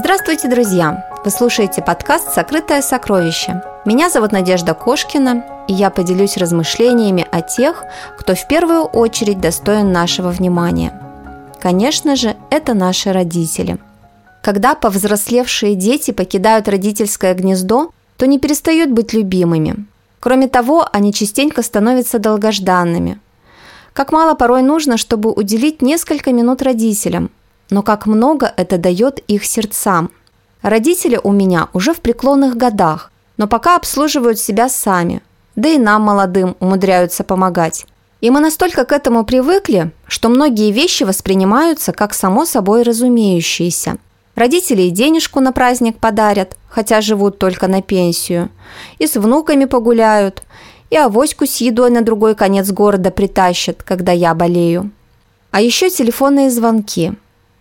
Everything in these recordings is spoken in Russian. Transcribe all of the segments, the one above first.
Здравствуйте, друзья! Вы слушаете подкаст «Сокрытое сокровище». Меня зовут Надежда Кошкина, и я поделюсь размышлениями о тех, кто в первую очередь достоин нашего внимания. Конечно же, это наши родители. Когда повзрослевшие дети покидают родительское гнездо, то не перестают быть любимыми. Кроме того, они частенько становятся долгожданными. Как мало порой нужно, чтобы уделить несколько минут родителям, но как много это дает их сердцам. Родители у меня уже в преклонных годах, но пока обслуживают себя сами, да и нам, молодым, умудряются помогать. И мы настолько к этому привыкли, что многие вещи воспринимаются как само собой разумеющиеся. Родители и денежку на праздник подарят, хотя живут только на пенсию, и с внуками погуляют, и авоську с едой на другой конец города притащат, когда я болею. А еще телефонные звонки.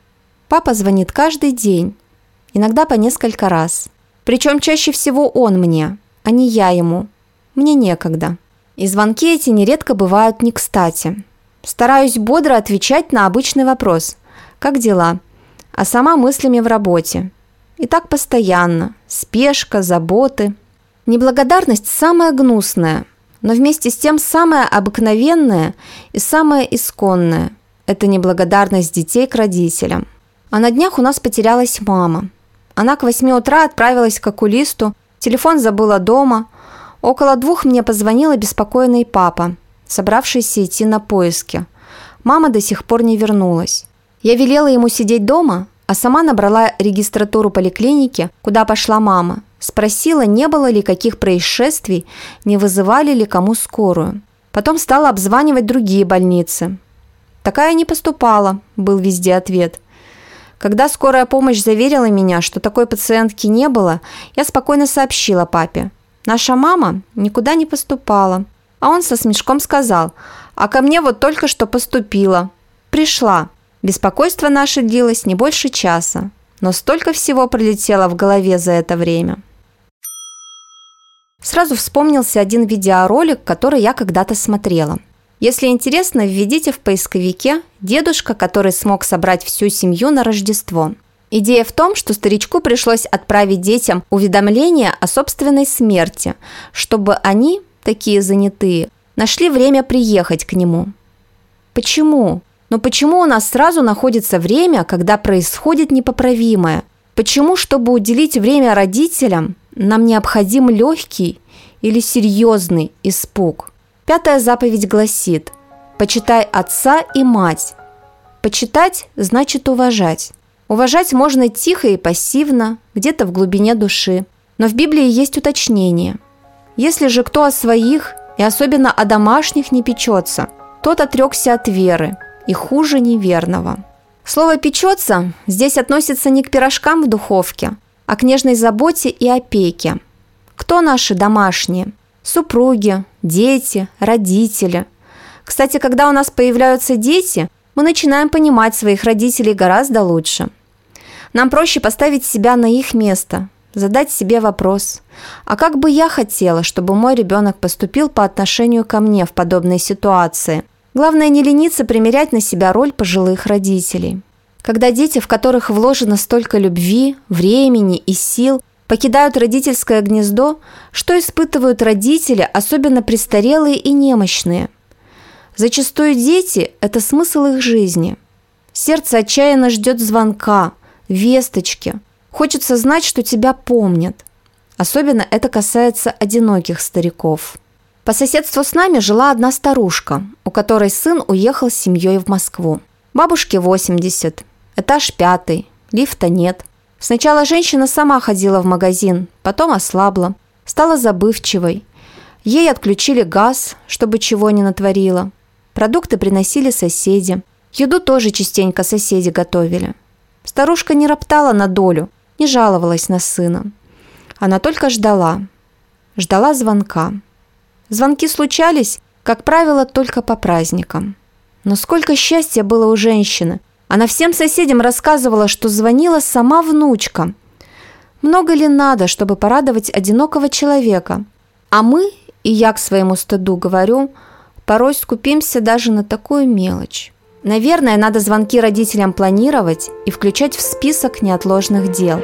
Папа звонит каждый день, иногда по несколько раз. Причем чаще всего он мне, а не я ему. Мне некогда. И звонки эти нередко бывают не кстати. Стараюсь бодро отвечать на обычный вопрос «Как дела?», а сама мыслями в работе. И так постоянно. Спешка, заботы. Неблагодарность самая гнусная, но вместе с тем самое обыкновенное и самое исконное – это неблагодарность детей к родителям. А на днях у нас потерялась мама. Она к 8 утра отправилась к окулисту, телефон забыла дома. Около 2 мне позвонил обеспокоенный папа, собравшийся идти на поиски. Мама до сих пор не вернулась. Я велела ему сидеть дома, а сама набрала регистратуру поликлиники, куда пошла мама. Спросила, не было ли каких происшествий, не вызывали ли кому скорую. Потом стала обзванивать другие больницы. «Такая не поступала», – был везде ответ. Когда скорая помощь заверила меня, что такой пациентки не было, я спокойно сообщила папе. «Наша мама никуда не поступала». А он со смешком сказал: «А ко мне вот только что поступила. Пришла». Беспокойство наше длилось не больше часа, но столько всего пролетело в голове за это время. Сразу вспомнился один видеоролик, который я когда-то смотрела. Если интересно, введите в поисковике «Дедушка, который смог собрать всю семью на Рождество». Идея в том, что старичку пришлось отправить детям уведомление о собственной смерти, чтобы они, такие занятые, нашли время приехать к нему. Почему? Но почему у нас сразу находится время, когда происходит непоправимое? Почему, чтобы уделить время родителям, нам необходим легкий или серьезный испуг? 5-я заповедь гласит: «Почитай отца и мать». Почитать значит уважать. Уважать можно тихо и пассивно, где-то в глубине души. Но в Библии есть уточнение. Если же кто о своих, и особенно о домашних, не печется, тот отрекся от веры, и хуже неверного. Слово «печется» здесь относится не к пирожкам в духовке, а к нежной заботе и опеке. Кто наши домашние? Супруги, дети, родители. Кстати, когда у нас появляются дети, мы начинаем понимать своих родителей гораздо лучше. Нам проще поставить себя на их место, задать себе вопрос: а как бы я хотела, чтобы мой ребенок поступил по отношению ко мне в подобной ситуации? Главное не лениться примерять на себя роль пожилых родителей. Когда дети, в которых вложено столько любви, времени и сил, покидают родительское гнездо, что испытывают родители, особенно престарелые и немощные? Зачастую дети – это смысл их жизни. Сердце отчаянно ждет звонка, весточки. Хочется знать, что тебя помнят. Особенно это касается одиноких стариков. По соседству с нами жила одна старушка, у которой сын уехал с семьей в Москву. Бабушке 80, этаж 5, лифта нет. Сначала женщина сама ходила в магазин, потом ослабла, стала забывчивой. Ей отключили газ, чтобы чего не натворила. Продукты приносили соседи. Еду тоже частенько соседи готовили. Старушка не роптала на долю, не жаловалась на сына. Она только ждала. Ждала звонка. Звонки случались, как правило, только по праздникам. Но сколько счастья было у женщины. Она всем соседям рассказывала, что звонила сама внучка. Много ли надо, чтобы порадовать одинокого человека? А мы, и я к своему стыду говорю, порой скупимся даже на такую мелочь. Наверное, надо звонки родителям планировать и включать в список неотложных дел.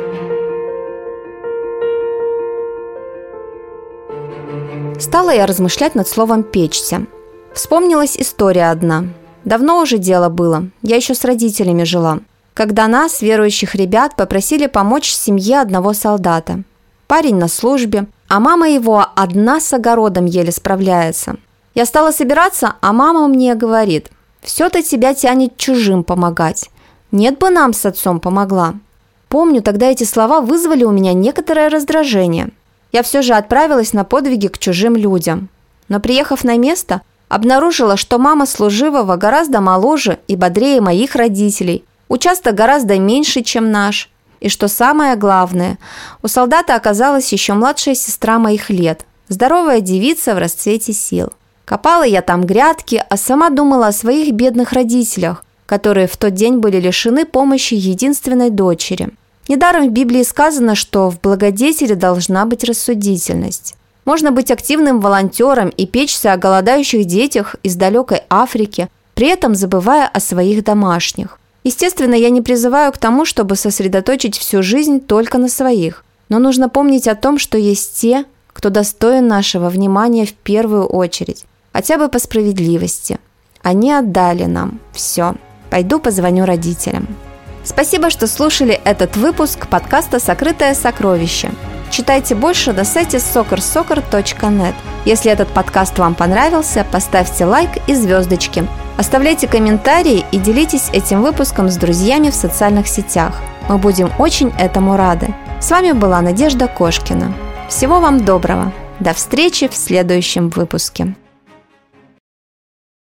Стала я размышлять над словом «печься». Вспомнилась история одна. Давно уже дело было, я еще с родителями жила, когда нас, верующих ребят, попросили помочь семье одного солдата. Парень на службе, а мама его одна с огородом еле справляется. Я стала собираться, а мама мне говорит: «Все-то тебя тянет чужим помогать. Нет бы нам с отцом помогла». Помню, тогда эти слова вызвали у меня некоторое раздражение. Я все же отправилась на подвиги к чужим людям. Но приехав на место, обнаружила, что мама служивого гораздо моложе и бодрее моих родителей, участок гораздо меньше, чем наш. И что самое главное, у солдата оказалась еще младшая сестра моих лет, здоровая девица в расцвете сил. Копала я там грядки, а сама думала о своих бедных родителях, которые в тот день были лишены помощи единственной дочери. Недаром в Библии сказано, что в благодетеле должна быть рассудительность. Можно быть активным волонтером и печься о голодающих детях из далекой Африки, при этом забывая о своих домашних. Естественно, я не призываю к тому, чтобы сосредоточить всю жизнь только на своих. Но нужно помнить о том, что есть те, кто достоин нашего внимания в первую очередь, хотя бы по справедливости. Они отдали нам все. Пойду позвоню родителям. Спасибо, что слушали этот выпуск подкаста «Сокрытое сокровище». Читайте больше на сайте soccer.net. Если этот подкаст вам понравился, поставьте лайк и звездочки. Оставляйте комментарии и делитесь этим выпуском с друзьями в социальных сетях. Мы будем очень этому рады. С вами была Надежда Кошкина. Всего вам доброго. До встречи в следующем выпуске.